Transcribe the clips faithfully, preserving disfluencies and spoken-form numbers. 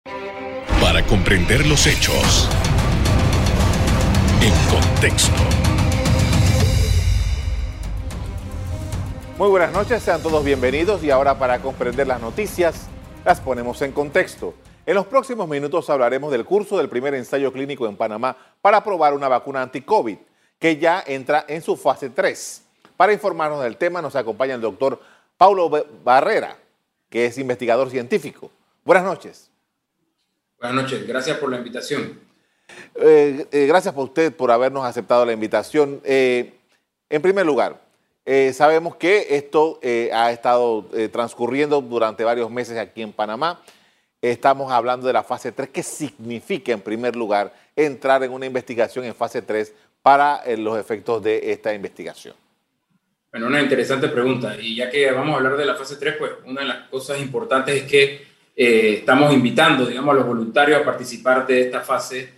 Para comprender los hechos en contexto. Muy buenas noches, sean todos bienvenidos y ahora para comprender las noticias las ponemos en contexto. En los próximos minutos hablaremos del curso del primer ensayo clínico en Panamá para probar una vacuna anti-COVID que ya entra en su fase tres. Para informarnos del tema nos acompaña el doctor Paulo Barrera, que es investigador científico. Buenas noches. Buenas noches, gracias por la invitación. Eh, eh, gracias por usted por habernos aceptado la invitación. Eh, en primer lugar, eh, sabemos que esto eh, ha estado eh, transcurriendo durante varios meses aquí en Panamá. Estamos hablando de la fase tres. ¿Qué significa, en primer lugar, entrar en una investigación en fase tres para eh, los efectos de esta investigación? Bueno, una interesante pregunta. Y ya que vamos a hablar de la fase tres, pues una de las cosas importantes es que eh, estamos invitando, digamos, a los voluntarios a participar de esta fase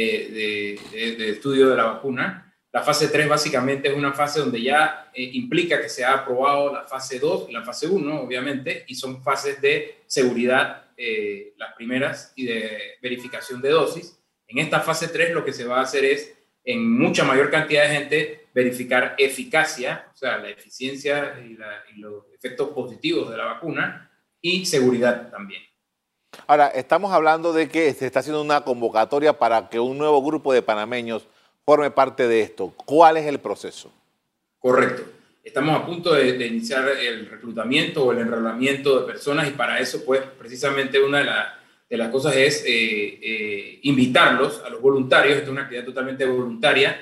eh, de, de, de estudio de la vacuna. La fase tres básicamente es una fase donde ya eh, implica que se ha aprobado la fase dos y la fase uno, obviamente, y son fases de seguridad, eh, las primeras, y de verificación de dosis. En esta fase tres lo que se va a hacer es, en mucha mayor cantidad de gente, verificar eficacia, o sea, la eficiencia y, la, y los efectos positivos de la vacuna, y seguridad también. Ahora, estamos hablando de que se está haciendo una convocatoria para que un nuevo grupo de panameños forme parte de esto. ¿Cuál es el proceso? Correcto. Estamos a punto de, de iniciar el reclutamiento o el enrolamiento de personas y para eso, pues, precisamente una de, la, de las cosas es eh, eh, invitarlos a los voluntarios, esta es una actividad totalmente voluntaria,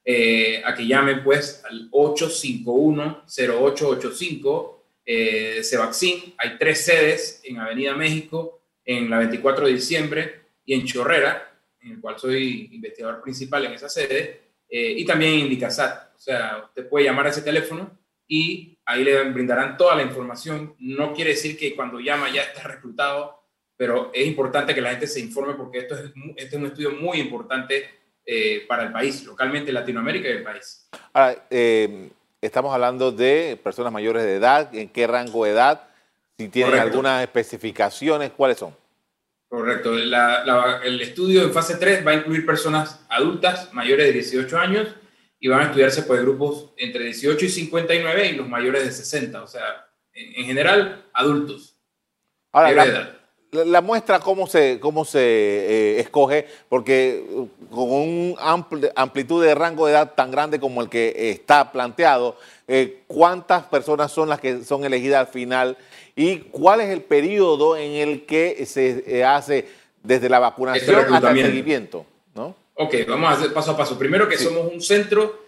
eh, a que llamen, pues, al ocho cinco uno, cero ocho ocho cinco eh, de Cevaccin. Hay tres sedes en Avenida México, en la veinticuatro de diciembre y en Chorrera, en el cual soy investigador principal en esa sede, eh, y también en Indicasat. O sea, usted puede llamar a ese teléfono y ahí le brindarán toda la información. No quiere decir que cuando llama ya está reclutado, pero es importante que la gente se informe porque esto es, este es un estudio muy importante eh, para el país, localmente Latinoamérica y el país. Ahora, eh, estamos hablando de personas mayores de edad. ¿En qué rango de edad? Si tienen Correcto. algunas especificaciones, ¿cuáles son? Correcto. La, la, el estudio en fase tres va a incluir personas adultas mayores de dieciocho años y van a estudiarse por grupos entre dieciocho y cincuenta y nueve y los mayores de sesenta. O sea, en, en general, adultos. Ahora, la, la, la muestra, ¿cómo se, cómo se eh, escoge? Porque con una ampl, amplitud de rango de edad tan grande como el que está planteado, eh, ¿cuántas personas son las que son elegidas al final? ¿Y cuál es el periodo en el que se eh, hace desde la vacunación este hasta el seguimiento, ¿no? Ok, vamos a hacer paso a paso. Primero que sí. Somos un centro,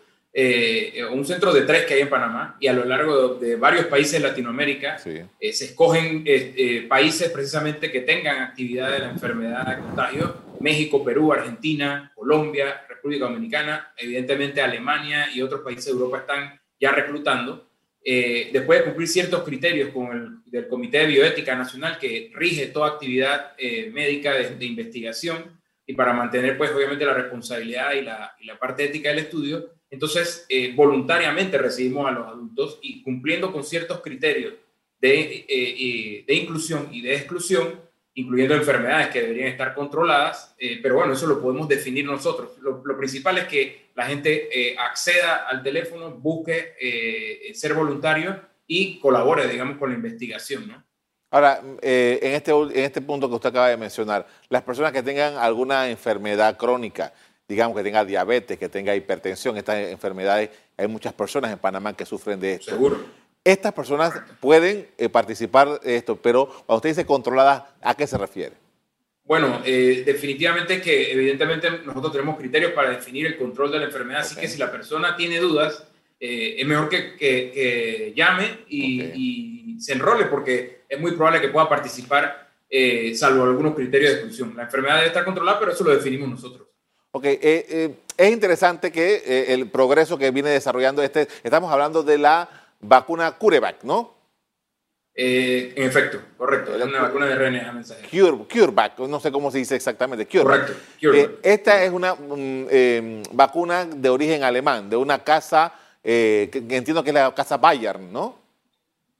eh, un centro de tres que hay en Panamá y a lo largo de, de varios países de Latinoamérica sí. eh, se escogen eh, eh, países precisamente que tengan actividad de la enfermedad de contagio. México, Perú, Argentina, Colombia, República Dominicana, evidentemente Alemania y otros países de Europa están ya reclutando. Eh, después de cumplir ciertos criterios con el del Comité de Bioética Nacional que rige toda actividad eh, médica de, de investigación y para mantener, pues, obviamente la responsabilidad y la, y la parte ética del estudio, entonces eh, voluntariamente recibimos a los adultos y cumpliendo con ciertos criterios de, eh, eh, de inclusión y de exclusión, incluyendo enfermedades que deberían estar controladas, eh, pero bueno, eso lo podemos definir nosotros. Lo, lo principal es que la gente eh, acceda al teléfono, busque eh, ser voluntario y colabore, digamos, con la investigación, ¿no? Ahora, eh, en, este, en este punto que usted acaba de mencionar, las personas que tengan alguna enfermedad crónica, digamos que tenga diabetes, que tenga hipertensión, estas enfermedades, hay muchas personas en Panamá que sufren de esto. Seguro. Estas personas pueden eh, participar de esto, pero cuando usted dice controladas, ¿a qué se refiere? Bueno, eh, definitivamente que evidentemente nosotros tenemos criterios para definir el control de la enfermedad, okay. Así que si la persona tiene dudas, eh, es mejor que, que, que llame y, okay. y se enrole porque es muy probable que pueda participar, eh, salvo algunos criterios de exclusión. La enfermedad debe estar controlada, pero eso lo definimos nosotros. Ok, eh, eh, es interesante que eh, el progreso que viene desarrollando este, estamos hablando de la vacuna CureVac, ¿no? Eh, en efecto, correcto. Es una vacuna de R N A mensajero. Cure, CureVac, no sé cómo se dice exactamente. CureVac. Correcto. CureVac. Eh, esta es una um, eh, vacuna de origen alemán, de una casa, eh, que, que entiendo que es la casa Bayern, ¿no?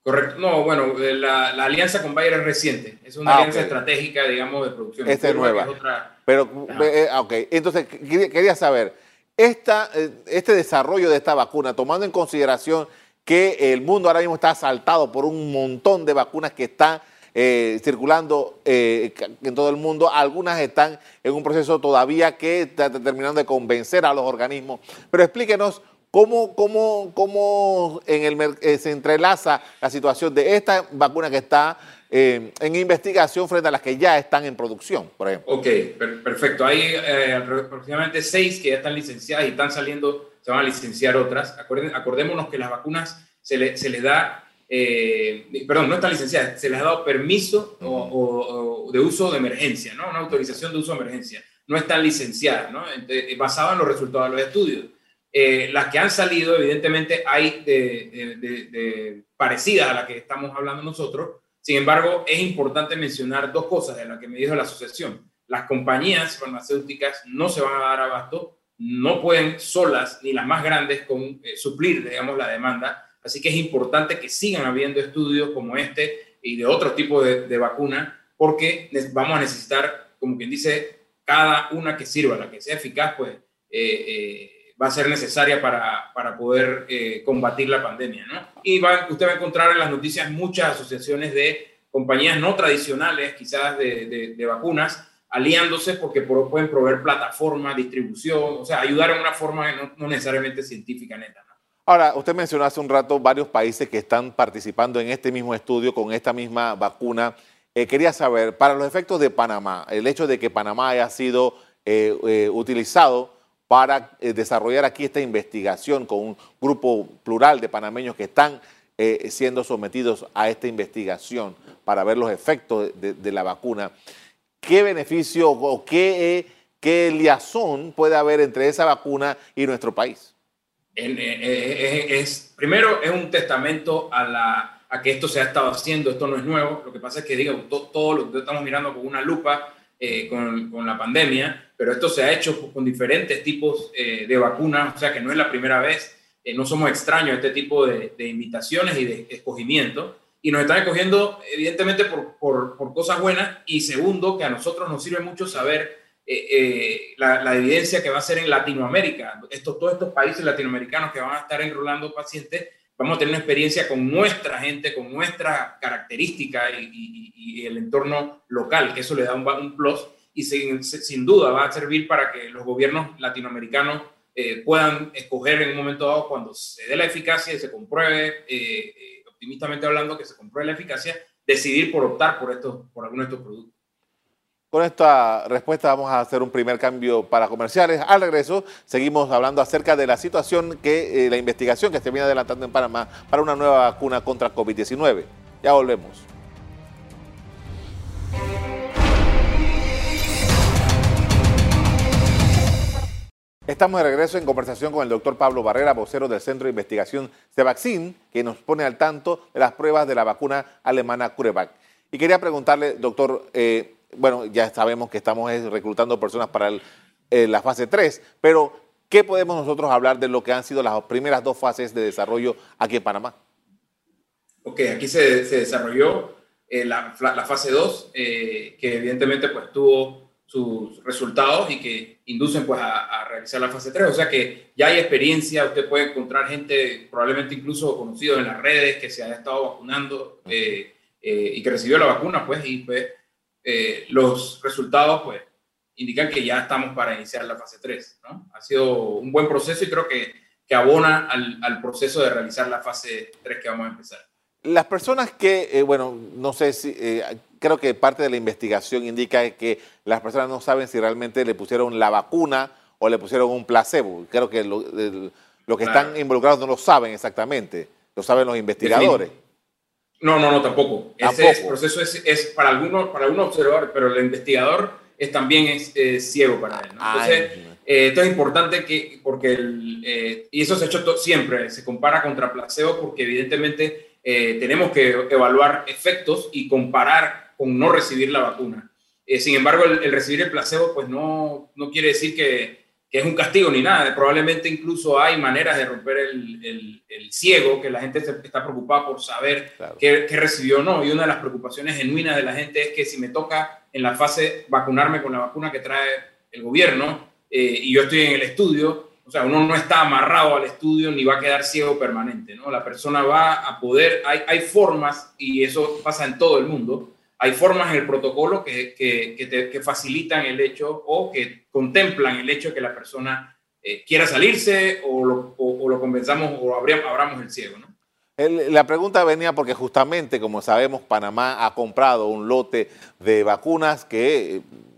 Correcto. No, bueno, la, la alianza con Bayer es reciente. Es una ah, alianza okay. estratégica, digamos, de producción. Esta es nueva. Es otra... Pero, eh, ok, entonces quería saber, esta, este desarrollo de esta vacuna, tomando en consideración que el mundo ahora mismo está asaltado por un montón de vacunas que están eh, circulando eh, en todo el mundo, algunas están en un proceso todavía que está terminando de convencer a los organismos, pero explíquenos cómo, cómo, cómo en el, eh, se entrelaza la situación de esta vacuna que está eh, en investigación frente a las que ya están en producción, por ejemplo. Ok, per perfecto. Hay eh, aproximadamente seis que ya están licenciadas y están saliendo, se van a licenciar otras. Acuérden, acordémonos que las vacunas se, le, se les da, eh, perdón, no están licenciadas, se les ha dado permiso o, o, o de uso de emergencia, ¿no? Una autorización de uso de emergencia. No están licenciadas, ¿no? Entonces, basado en los resultados de los estudios. Eh, las que han salido, evidentemente, hay de, de, de, de parecidas a las que estamos hablando nosotros. Sin embargo, es importante mencionar dos cosas de las que me dijo la asociación. Las compañías farmacéuticas no se van a dar abasto, no pueden solas, ni las más grandes, con, eh, suplir, digamos, la demanda. Así que es importante que sigan habiendo estudios como este y de otro tipo de, de vacuna, porque vamos a necesitar, como quien dice, cada una que sirva, la que sea eficaz, pues eh, eh, va a ser necesaria para, para poder eh, combatir la pandemia, ¿no? Y va, usted va a encontrar en las noticias muchas asociaciones de compañías no tradicionales, quizás de, de, de vacunas, aliándose porque pueden proveer plataformas, distribución, o sea, ayudar en una forma no, no necesariamente científica neta, ¿no? Ahora, usted mencionó hace un rato varios países que están participando en este mismo estudio con esta misma vacuna. Eh, quería saber, para los efectos de Panamá, el hecho de que Panamá haya sido eh, eh, utilizado para eh, desarrollar aquí esta investigación con un grupo plural de panameños que están eh, siendo sometidos a esta investigación para ver los efectos de, de la vacuna. ¿Qué beneficio o qué, qué liazón puede haber entre esa vacuna y nuestro país? En, eh, es, primero, es un testamento a, la, a que esto se ha estado haciendo, esto no es nuevo. Lo que pasa es que, digo, todo, todo lo que estamos mirando con una lupa eh, con, con la pandemia, pero esto se ha hecho con diferentes tipos eh, de vacunas, o sea que no es la primera vez, eh, no somos extraños a este tipo de, de invitaciones y de escogimiento, y nos están escogiendo evidentemente por, por, por cosas buenas, y segundo, que a nosotros nos sirve mucho saber eh, eh, la, la evidencia que va a ser en Latinoamérica. Estos, todos estos países latinoamericanos que van a estar enrolando pacientes, vamos a tener una experiencia con nuestra gente, con nuestra característica y, y, y el entorno local, que eso le da un, un plus, y sin, sin duda va a servir para que los gobiernos latinoamericanos eh, puedan escoger en un momento dado, cuando se dé la eficacia y se compruebe, eh, eh, optimistamente hablando, que se compruebe la eficacia, decidir por optar por, estos, por alguno de estos productos. Con esta respuesta vamos a hacer un primer cambio para comerciales. Al regreso seguimos hablando acerca de la situación, que eh, la investigación que se viene adelantando en Panamá para una nueva vacuna contra COVID diecinueve. Ya volvemos. Estamos de regreso en conversación con el doctor Pablo Barrera, vocero del Centro de Investigación CEVAXIN, que nos pone al tanto de las pruebas de la vacuna alemana CureVac. Y quería preguntarle, doctor, eh, bueno, ya sabemos que estamos reclutando personas para el, eh, la fase tres, pero ¿qué podemos nosotros hablar de lo que han sido las primeras dos fases de desarrollo aquí en Panamá? Ok, aquí se, se desarrolló eh, la, la fase dos, eh, que evidentemente pues tuvo sus resultados y que inducen pues a, a realizar la fase tres, o sea que ya hay experiencia, usted puede encontrar gente probablemente incluso conocidos en las redes que se haya estado vacunando eh, eh, y que recibió la vacuna, pues, y pues eh, los resultados pues indican que ya estamos para iniciar la fase tres, ¿no? Ha sido un buen proceso y creo que, que abona al, al proceso de realizar la fase tres que vamos a empezar. Las personas que, eh, bueno, no sé si, eh, creo que parte de la investigación indica que las personas no saben si realmente le pusieron la vacuna o le pusieron un placebo. Creo que lo, el, lo que claro. están involucrados no lo saben exactamente, lo saben los investigadores. No, no, no, tampoco. ¿Tampoco? Ese proceso es, es para algunos para algunos observadores, pero el investigador es, también es eh, ciego para él, ¿no? Entonces, eh, esto es importante que, porque, el, eh, y eso se ha hecho siempre, se compara contra placebo porque evidentemente Eh, tenemos que evaluar efectos y comparar con no recibir la vacuna. Eh, sin embargo, el, el recibir el placebo pues no, no quiere decir que, que es un castigo ni nada. Probablemente incluso hay maneras de romper el, el, el ciego, que la gente está preocupada por saber claro. qué, qué recibió o no. Y una de las preocupaciones genuinas de la gente es que si me toca en la fase vacunarme con la vacuna que trae el gobierno eh, y yo estoy en el estudio, o sea, uno no está amarrado al estudio ni va a quedar ciego permanente, ¿no? La persona va a poder, hay, hay formas, y eso pasa en todo el mundo, hay formas en el protocolo que, que, que, te, que facilitan el hecho o que contemplan el hecho de que la persona eh, quiera salirse o lo, o, o lo convenzamos o abramos, abramos el ciego, ¿no? El, la pregunta venía porque justamente, como sabemos, Panamá ha comprado un lote de vacunas que,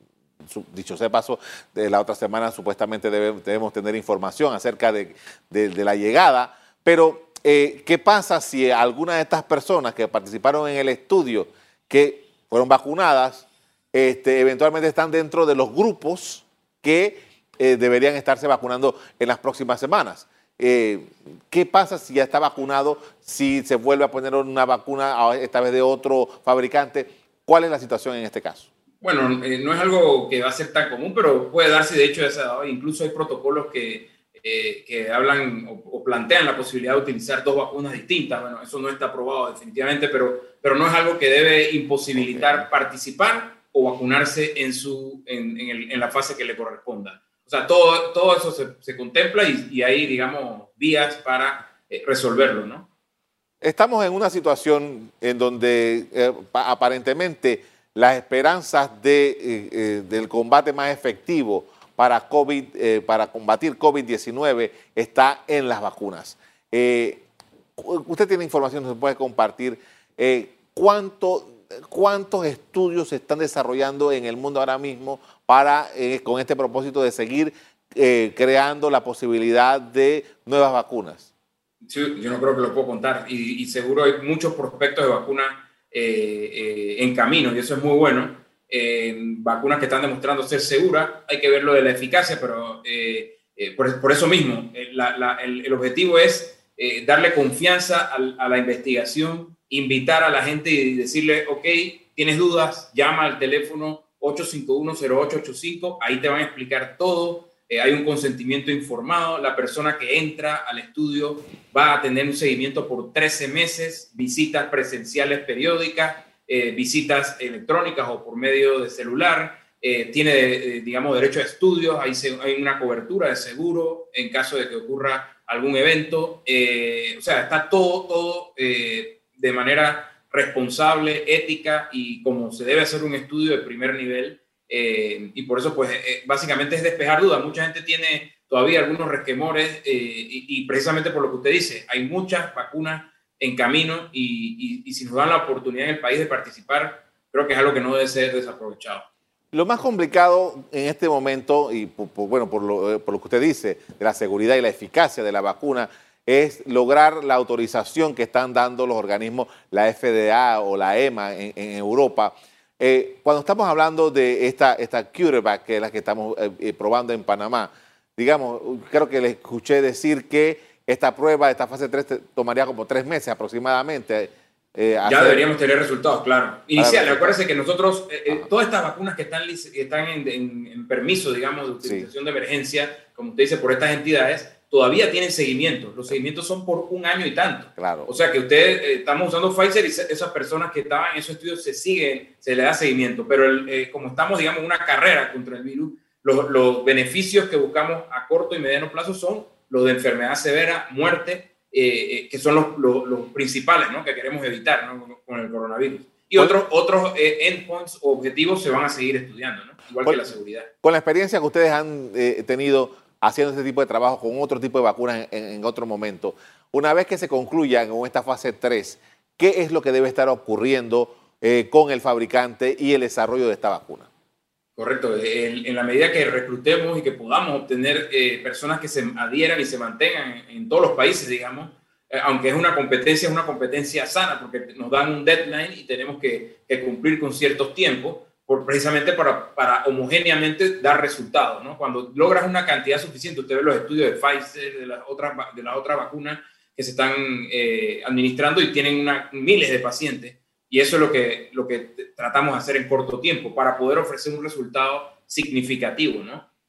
dicho sea paso, de la otra semana supuestamente debe, debemos tener información acerca de, de, de la llegada, pero eh, ¿qué pasa si alguna de estas personas que participaron en el estudio, que fueron vacunadas, este, eventualmente están dentro de los grupos que eh, deberían estarse vacunando en las próximas semanas? Eh, ¿Qué pasa si ya está vacunado, si se vuelve a poner una vacuna, esta vez de otro fabricante? ¿Cuál es la situación en este caso? Bueno, eh, no es algo que va a ser tan común, pero puede darse, de hecho, esa, incluso hay protocolos que, eh, que hablan o, o plantean la posibilidad de utilizar dos vacunas distintas. Bueno, eso no está aprobado definitivamente, pero, pero no es algo que debe imposibilitar okay. participar o vacunarse en, su, en, en, el, en la fase que le corresponda. O sea, todo, todo eso se, se contempla y, y hay, digamos, vías para eh, resolverlo, ¿no? Estamos en una situación en donde eh, aparentemente las esperanzas de, eh, eh, del combate más efectivo para, COVID, eh, para combatir COVID diecinueve está en las vacunas. Eh, usted tiene información que se puede compartir. Eh, ¿cuánto, ¿Cuántos estudios se están desarrollando en el mundo ahora mismo para, eh, con este propósito de seguir eh, creando la posibilidad de nuevas vacunas? Sí, yo no creo que lo puedo contar y, y seguro hay muchos prospectos de vacunas eh, eh, en camino y eso es muy bueno. Eh, vacunas que están demostrando ser seguras, hay que ver lo de la eficacia, pero eh, eh, por, por eso mismo eh, la, la, el, el objetivo es eh, darle confianza a, a la investigación, invitar a la gente y decirle, ok, tienes dudas, llama al teléfono ocho cinco uno, cero ocho ocho cinco, ahí te van a explicar todo, eh, hay un consentimiento informado, la persona que entra al estudio va a tener un seguimiento por trece meses, visitas presenciales periódicas, eh, visitas electrónicas o por medio de celular, eh, tiene, eh, digamos, derecho a estudios, hay, hay una cobertura de seguro en caso de que ocurra algún evento, eh, o sea, está todo, todo eh, de manera responsable, ética y como se debe hacer un estudio de primer nivel eh, y por eso pues eh, básicamente es despejar dudas. Mucha gente tiene todavía algunos resquemores eh, y, y precisamente por lo que usted dice, hay muchas vacunas en camino y, y, y si nos dan la oportunidad en el país de participar, creo que es algo que no debe ser desaprovechado. Lo más complicado en este momento, y por, por, bueno, por lo, por lo que usted dice, de la seguridad y la eficacia de la vacuna, es lograr la autorización que están dando los organismos, la F D A o la E M A en, en Europa. Eh, cuando estamos hablando de esta, esta CureVac, que es la que estamos eh, probando en Panamá, digamos, creo que le escuché decir que esta prueba, esta fase tres, tomaría como tres meses aproximadamente. Eh, ya hacer... deberíamos tener resultados, claro. Inicial, acuérdense que nosotros, eh, eh, todas estas vacunas que están, que están en, en, en permiso, digamos, de utilización sí. de emergencia, como usted dice, por estas entidades, todavía tienen seguimientos. Los seguimientos son por un año y tanto. Claro. O sea que usted, eh, estamos usando Pfizer y se, esas personas que estaban en esos estudios se siguen, se le da seguimiento. Pero el, eh, como estamos, digamos, en una carrera contra el virus, los, los beneficios que buscamos a corto y mediano plazo son los de enfermedad severa, muerte, eh, eh, que son los, los, los principales, ¿no?, que queremos evitar, ¿no?, con, con el coronavirus. Y otros, otros eh, endpoints o objetivos se van a seguir estudiando, ¿no?, igual con, que la seguridad. Con la experiencia que ustedes han eh, tenido haciendo este tipo de trabajo con otro tipo de vacunas en, en otro momento, una vez que se concluya con esta fase tres, ¿qué es lo que debe estar ocurriendo eh, con el fabricante y el desarrollo de esta vacuna? Correcto. En, en la medida que reclutemos y que podamos obtener eh, personas que se adhieran y se mantengan en, en todos los países, digamos, eh, aunque es una competencia, es una competencia sana, porque nos dan un deadline y tenemos que, que cumplir con ciertos tiempos, por, precisamente para, para homogéneamente dar resultados, ¿no? Cuando logras una cantidad suficiente, usted ve los estudios de Pfizer, de las otras de la otra vacunas que se están eh, administrando y tienen una, miles de pacientes, y eso es lo que, lo que tratamos de hacer en corto tiempo para poder ofrecer un resultado significativo, ¿no? O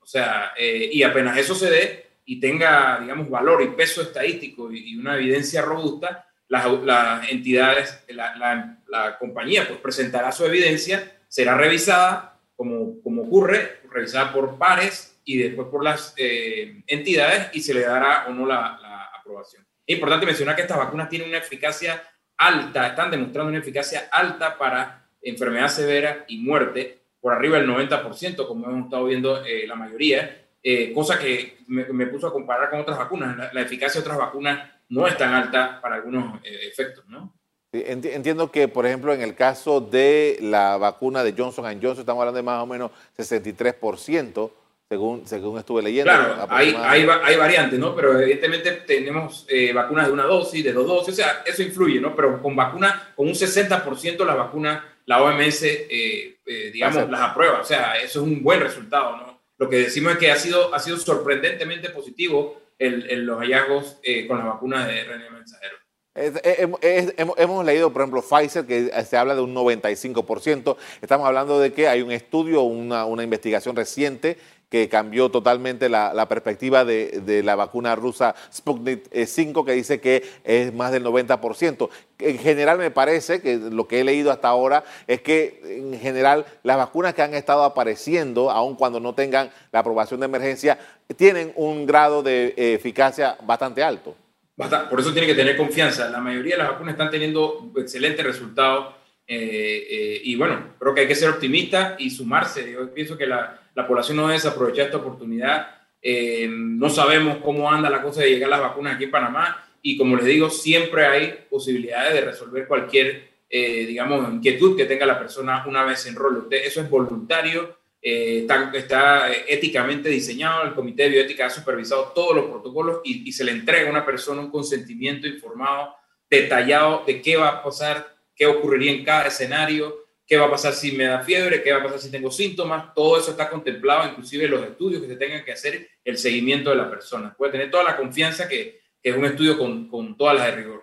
sea, eh, y apenas eso se dé y tenga, digamos, valor y peso estadístico y, y una evidencia robusta, las, las entidades, la, la, la compañía pues presentará su evidencia, será revisada como, como ocurre, revisada por pares y después por las eh, entidades y se le dará o no la, la aprobación. Es importante mencionar que estas vacunas tienen una eficacia alta, están demostrando una eficacia alta para enfermedad severa y muerte, por arriba del noventa por ciento, como hemos estado viendo eh, la mayoría, eh, cosa que me, me puso a comparar con otras vacunas. La, la eficacia de otras vacunas no es tan alta para algunos eh, efectos, ¿no? Sí, entiendo que, por ejemplo, en el caso de la vacuna de Johnson and Johnson, estamos hablando de más o menos sesenta y tres por ciento, según, según estuve leyendo. Claro, hay, hay, hay variantes, ¿no? Pero evidentemente tenemos eh, vacunas de una dosis, de dos dosis, o sea, eso influye, ¿no? Pero con vacunas, con un sesenta por ciento las vacunas, la O M S, eh, eh, digamos, las aprueba. O sea, eso es un buen resultado, ¿no? Lo que decimos es que ha sido, ha sido sorprendentemente positivo el, el, los hallazgos eh, con las vacunas de R N A mensajero. Es, es, es, hemos, hemos leído, por ejemplo, Pfizer, que se habla de un noventa y cinco por ciento. Estamos hablando de que hay un estudio, una, una investigación reciente que cambió totalmente la, la perspectiva de, de la vacuna rusa Sputnik cinco, que dice que es más del noventa por ciento. En general me parece que lo que he leído hasta ahora es que en general las vacunas que han estado apareciendo, aun cuando no tengan la aprobación de emergencia, tienen un grado de eficacia bastante alto. Por eso tiene que tener confianza. La mayoría de las vacunas están teniendo excelentes resultados eh, eh, y bueno, creo que hay que ser optimista y sumarse. Yo pienso que la, la población no debe desaprovechar esta oportunidad. Eh, no sabemos cómo anda la cosa de llegar las vacunas aquí en Panamá y como les digo, siempre hay posibilidades de resolver cualquier, eh, digamos, inquietud que tenga la persona una vez se enrole. Usted, eso es voluntario. Eh, está, está éticamente diseñado, el Comité de Bioética ha supervisado todos los protocolos y, y se le entrega a una persona un consentimiento informado, detallado de qué va a pasar, qué ocurriría en cada escenario, qué va a pasar si me da fiebre, qué va a pasar si tengo síntomas. Todo eso está contemplado, inclusive los estudios que se tengan que hacer, el seguimiento de la persona. Puede tener toda la confianza que, que es un estudio con, con todas las de rigor.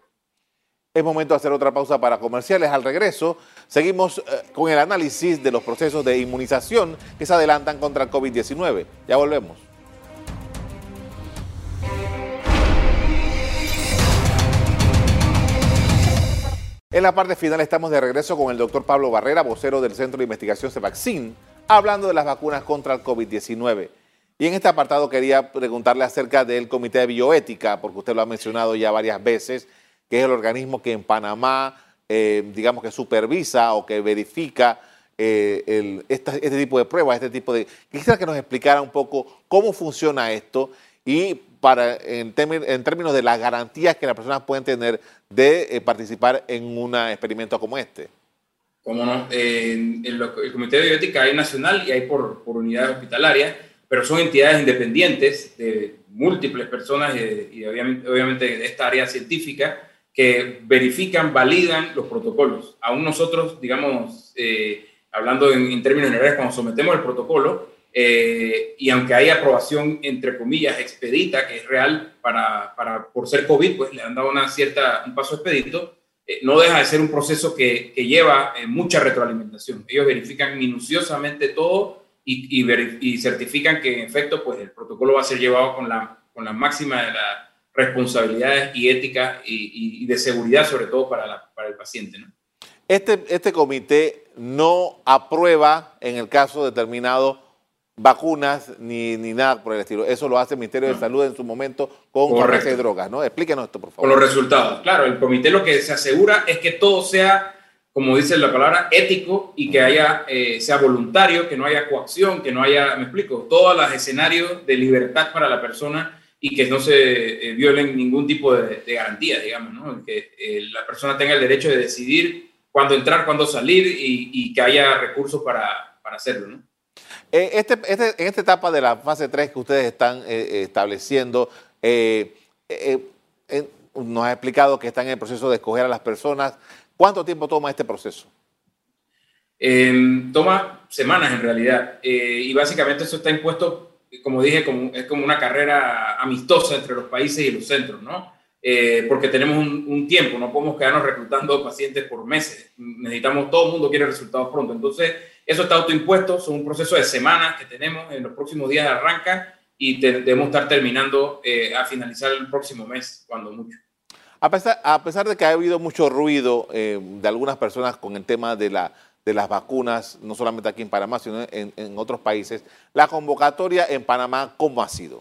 Es momento de hacer otra pausa para comerciales. Al regreso, seguimos eh, con el análisis de los procesos de inmunización que se adelantan contra el COVID diecinueve. Ya volvemos. En la parte final estamos de regreso con el doctor Pablo Barrera, vocero del Centro de Investigación CEVAXIN, hablando de las vacunas contra el COVID diecinueve. Y en este apartado quería preguntarle acerca del Comité de Bioética, porque usted lo ha mencionado ya varias veces, que es el organismo que en Panamá, eh, digamos que supervisa o que verifica eh, el, esta, este tipo de pruebas, este tipo de... Quisiera que nos explicara un poco cómo funciona esto y para en, en términos de las garantías que las personas pueden tener de eh, participar en un experimento como este. Cómo no. Eh, en el, el Comité de Bioética hay nacional y hay por, por unidades hospitalarias, pero son entidades independientes de múltiples personas y, y obviamente, obviamente de esta área científica, que verifican, validan los protocolos. Aún nosotros, digamos, eh, hablando en, en términos generales, cuando sometemos el protocolo, eh, y aunque hay aprobación, entre comillas, expedita, que es real para, para, por ser COVID, pues le han dado una cierta, un paso expedito, eh, no deja de ser un proceso que, que lleva eh, mucha retroalimentación. Ellos verifican minuciosamente todo y, y, y certifican que, en efecto, pues el protocolo va a ser llevado con la, con la máxima de la responsabilidades y ética y, y de seguridad, sobre todo para, la, para el paciente, ¿no? Este, este comité no aprueba, en el caso determinado, vacunas ni, ni nada por el estilo. Eso lo hace el Ministerio no. de Salud en su momento con farmacia y drogas, ¿no? Explíquenos esto, por favor. Con los resultados. Claro, el comité lo que se asegura es que todo sea, como dice la palabra, ético y que haya, eh, sea voluntario, que no haya coacción, que no haya, me explico, todos los escenarios de libertad para la persona y que no se eh, violen ningún tipo de, de garantía, digamos, ¿no? Que eh, la persona tenga el derecho de decidir cuándo entrar, cuándo salir y, y que haya recursos para, para hacerlo, ¿no? Eh, este, este, en esta etapa de la fase tres que ustedes están eh, estableciendo, eh, eh, eh, nos ha explicado que están en el proceso de escoger a las personas. ¿Cuánto tiempo toma este proceso? Eh, toma semanas en realidad eh, y básicamente eso está impuesto, como dije, como, es como una carrera amistosa entre los países y los centros, ¿no? eh, porque tenemos un, un tiempo, no podemos quedarnos reclutando pacientes por meses. Necesitamos, todo el mundo quiere resultados pronto. Entonces, eso está autoimpuesto, son un proceso de semanas que tenemos, en los próximos días arranca y te, debemos estar terminando eh, a finalizar el próximo mes, cuando mucho. A pesar, a pesar de que ha habido mucho ruido eh, de algunas personas con el tema de, la, de las vacunas, no solamente aquí en Panamá, sino en, en otros países, la convocatoria en Panamá, ¿cómo ha sido?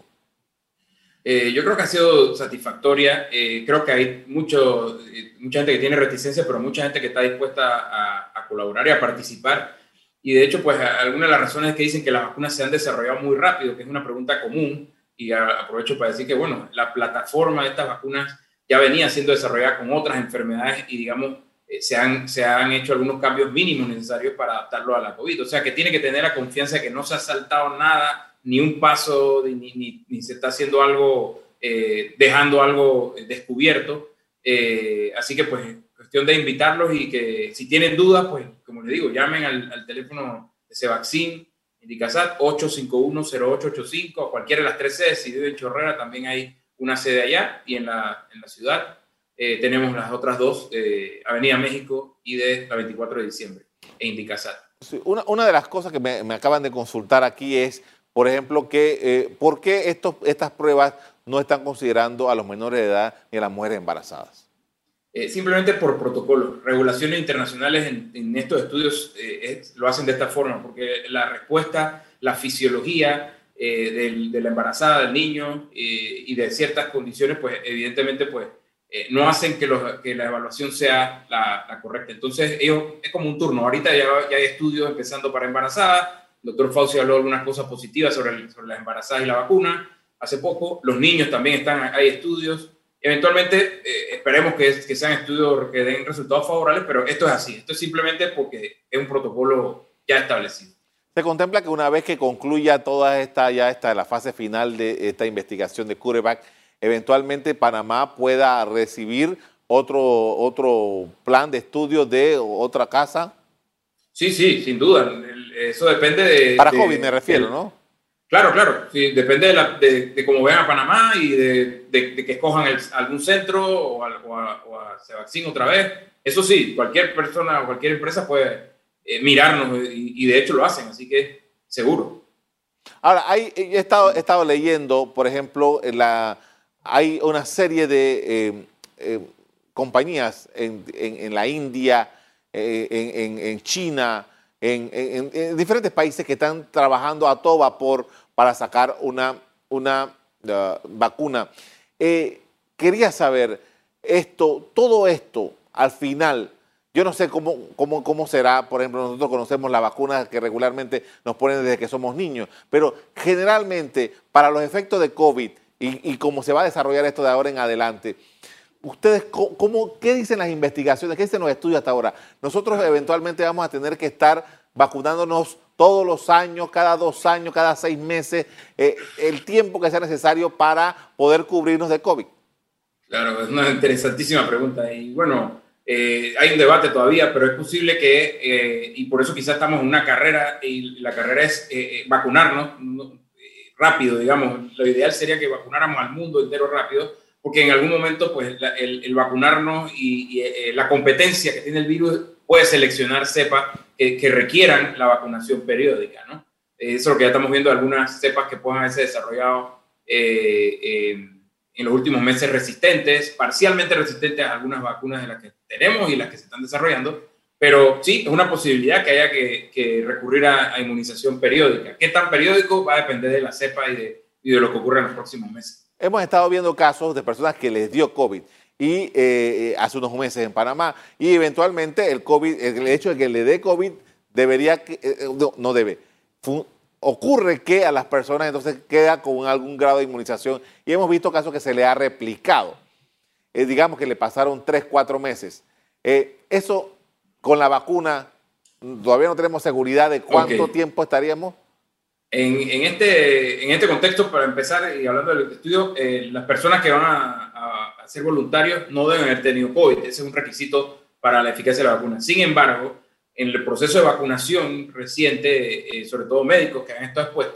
Eh, yo creo que ha sido satisfactoria. Eh, creo que hay mucho, eh, mucha gente que tiene reticencia, pero mucha gente que está dispuesta a, a colaborar y a participar. Y de hecho, pues algunas de las razones es que dicen que las vacunas se han desarrollado muy rápido, que es una pregunta común. Y a, aprovecho para decir que, bueno, la plataforma de estas vacunas ya venía siendo desarrollada con otras enfermedades y, digamos, eh, se, han, se han hecho algunos cambios mínimos necesarios para adaptarlo a la COVID. O sea, que tiene que tener la confianza de que no se ha saltado nada, ni un paso, ni, ni, ni se está haciendo algo, eh, dejando algo descubierto. Eh, así que, pues, cuestión de invitarlos y que si tienen dudas, pues, como les digo, llamen al, al teléfono de Cevaccin, Indicasat, ocho cinco uno, cero ocho ocho cinco, a cualquiera de las tres sedes. Si vive en Chorrera, también hay una sede allá, y en la, en la ciudad eh, tenemos las otras dos, eh, Avenida México y de la veinticuatro de diciembre, e Indicasat. Sí, una, una de las cosas que me, me acaban de consultar aquí es, por ejemplo, que eh, ¿por qué estos, estas pruebas no están considerando a los menores de edad ni a las mujeres embarazadas? Eh, simplemente por protocolo. Regulaciones internacionales en, en estos estudios eh, es, lo hacen de esta forma, porque la respuesta, la fisiología eh, del, de la embarazada, del niño eh, y de ciertas condiciones, pues evidentemente pues, eh, no hacen que, los, que la evaluación sea la, la correcta. Entonces, ellos, es como un turno. Ahorita ya, ya hay estudios empezando para embarazadas. El doctor Fauci habló algunas cosas positivas sobre, el, sobre las embarazadas y la vacuna hace poco. Los niños también están, hay estudios. Eventualmente, eh, esperemos que, que sean estudios que den resultados favorables, pero esto es así. Esto es simplemente porque es un protocolo ya establecido. Se contempla que una vez que concluya toda esta, ya esta, la fase final de esta investigación de CureVac, eventualmente Panamá pueda recibir otro, otro plan de estudio de otra casa. Sí, sí, sin duda. Eso depende de... Para de, COVID me refiero, de, ¿no? Claro, claro. Sí, depende de, la, de, de cómo vean a Panamá y de, de, de que escojan el, algún centro o a, o a, o a Cevaccin otra vez. Eso sí, cualquier persona o cualquier empresa puede eh, mirarnos y, y de hecho lo hacen, así que seguro. Ahora, hay, he, estado, he estado leyendo, por ejemplo, la, hay una serie de eh, eh, compañías en, en, en la India, eh, en, en, en China, en, en, en diferentes países que están trabajando a todo vapor para sacar una, una uh, vacuna. Eh, quería saber, esto, todo esto, al final, yo no sé cómo, cómo, cómo será, por ejemplo, nosotros conocemos la vacuna que regularmente nos ponen desde que somos niños, pero generalmente, para los efectos de COVID y, y cómo se va a desarrollar esto de ahora en adelante, ¿ustedes cómo, qué dicen las investigaciones, qué dicen los estudios hasta ahora? Nosotros eventualmente vamos a tener que estar vacunándonos todos los años, cada dos años, cada seis meses, eh, el tiempo que sea necesario para poder cubrirnos de COVID. Claro, es una interesantísima pregunta. Y bueno, eh, hay un debate todavía, pero es posible que, eh, y por eso quizás estamos en una carrera, y la carrera es eh, vacunarnos no, eh, rápido, digamos. Lo ideal sería que vacunáramos al mundo entero rápido, porque en algún momento pues, la, el, el vacunarnos y, y eh, la competencia que tiene el virus puede seleccionar cepas que, que requieran la vacunación periódica, ¿no? Eso es lo que ya estamos viendo, algunas cepas que puedan haberse desarrollado eh, eh, en los últimos meses resistentes, parcialmente resistentes a algunas vacunas de las que tenemos y las que se están desarrollando, pero sí, es una posibilidad que haya que, que recurrir a, a inmunización periódica. ¿Qué tan periódico? Va a depender de la cepa y de, y de lo que ocurra en los próximos meses. Hemos estado viendo casos de personas que les dio COVID y eh, hace unos meses en Panamá, y eventualmente el COVID, el hecho de que le dé COVID debería, que, eh, no, no debe, fun, ocurre que a las personas entonces queda con algún grado de inmunización, y hemos visto casos que se le ha replicado, eh, digamos que le pasaron tres, cuatro meses. Eh, eso con la vacuna, todavía no tenemos seguridad de cuánto okay. tiempo estaríamos. En, en, este, en este contexto, para empezar, y hablando del estudio, eh, las personas que van a, a, a ser voluntarios no deben haber tenido COVID. Ese es un requisito para la eficacia de la vacuna. Sin embargo, en el proceso de vacunación reciente, eh, sobre todo médicos que han estado expuestos,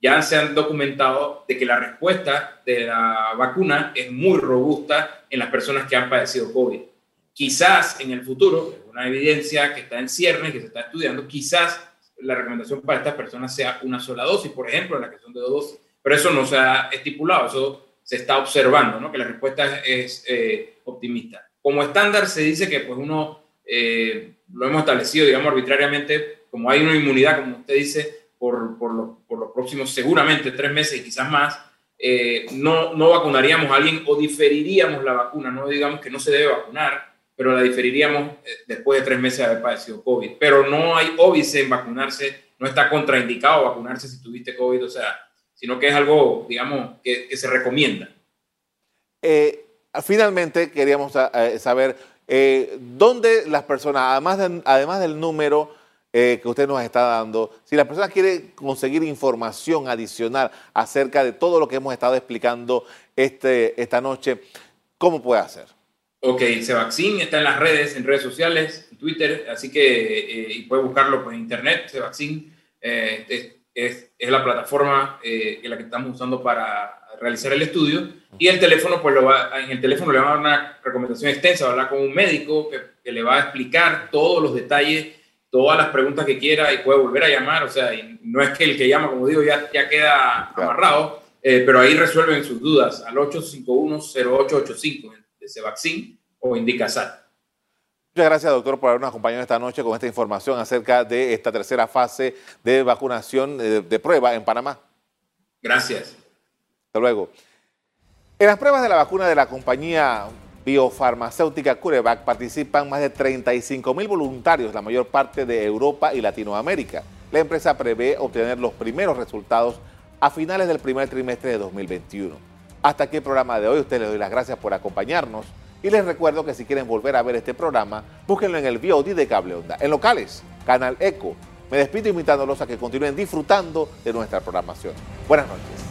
ya se han documentado de que la respuesta de la vacuna es muy robusta en las personas que han padecido COVID. Quizás en el futuro, es una evidencia que está en ciernes, que se está estudiando, quizás la recomendación para estas personas sea una sola dosis, por ejemplo, en la que son de dos dosis, pero eso no se ha estipulado, eso se está observando, ¿no? Que la respuesta es eh, optimista. Como estándar se dice que pues uno, eh, lo hemos establecido, digamos, arbitrariamente, como hay una inmunidad, como usted dice, por, por, lo, por los próximos seguramente tres meses y quizás más, eh, no, no vacunaríamos a alguien o diferiríamos la vacuna, no digamos que no se debe vacunar, pero la diferiríamos eh, después de tres meses de haber padecido COVID. Pero no hay óbice en vacunarse, no está contraindicado vacunarse si tuviste COVID, o sea, sino que es algo, digamos, que, que se recomienda. Eh, finalmente, queríamos eh, saber eh, dónde las personas, además, de, además del número eh, que usted nos está dando, si las personas quieren conseguir información adicional acerca de todo lo que hemos estado explicando este, esta noche, ¿cómo puede hacer? Ok, Cevaccin está en las redes, en redes sociales, en Twitter, así que eh, y puede buscarlo por internet. Cevaccin eh, es, es, es la plataforma eh, en la que estamos usando para realizar el estudio, y el teléfono, pues lo va, en el teléfono le va a dar una recomendación extensa, va a hablar con un médico que, que le va a explicar todos los detalles, todas las preguntas que quiera, y puede volver a llamar, o sea, y no es que el que llama, como digo, ya, ya queda amarrado, eh, pero ahí resuelven sus dudas al ocho cinco uno, cero ocho ocho cinco de Cevaccin o Indicasat. Muchas gracias, doctor, por habernos acompañado esta noche con esta información acerca de esta tercera fase de vacunación de, de prueba en Panamá. Gracias. Hasta luego. En las pruebas de la vacuna de la compañía biofarmacéutica CureVac participan más de treinta y cinco mil voluntarios, la mayor parte de Europa y Latinoamérica. La empresa prevé obtener los primeros resultados a finales del primer trimestre de dos mil veintiuno. Hasta aquí el programa de hoy. A ustedes les doy las gracias por acompañarnos y les recuerdo que si quieren volver a ver este programa, búsquenlo en el V O D de Cable Onda. En locales, Canal Eco. Me despido invitándolos a que continúen disfrutando de nuestra programación. Buenas noches.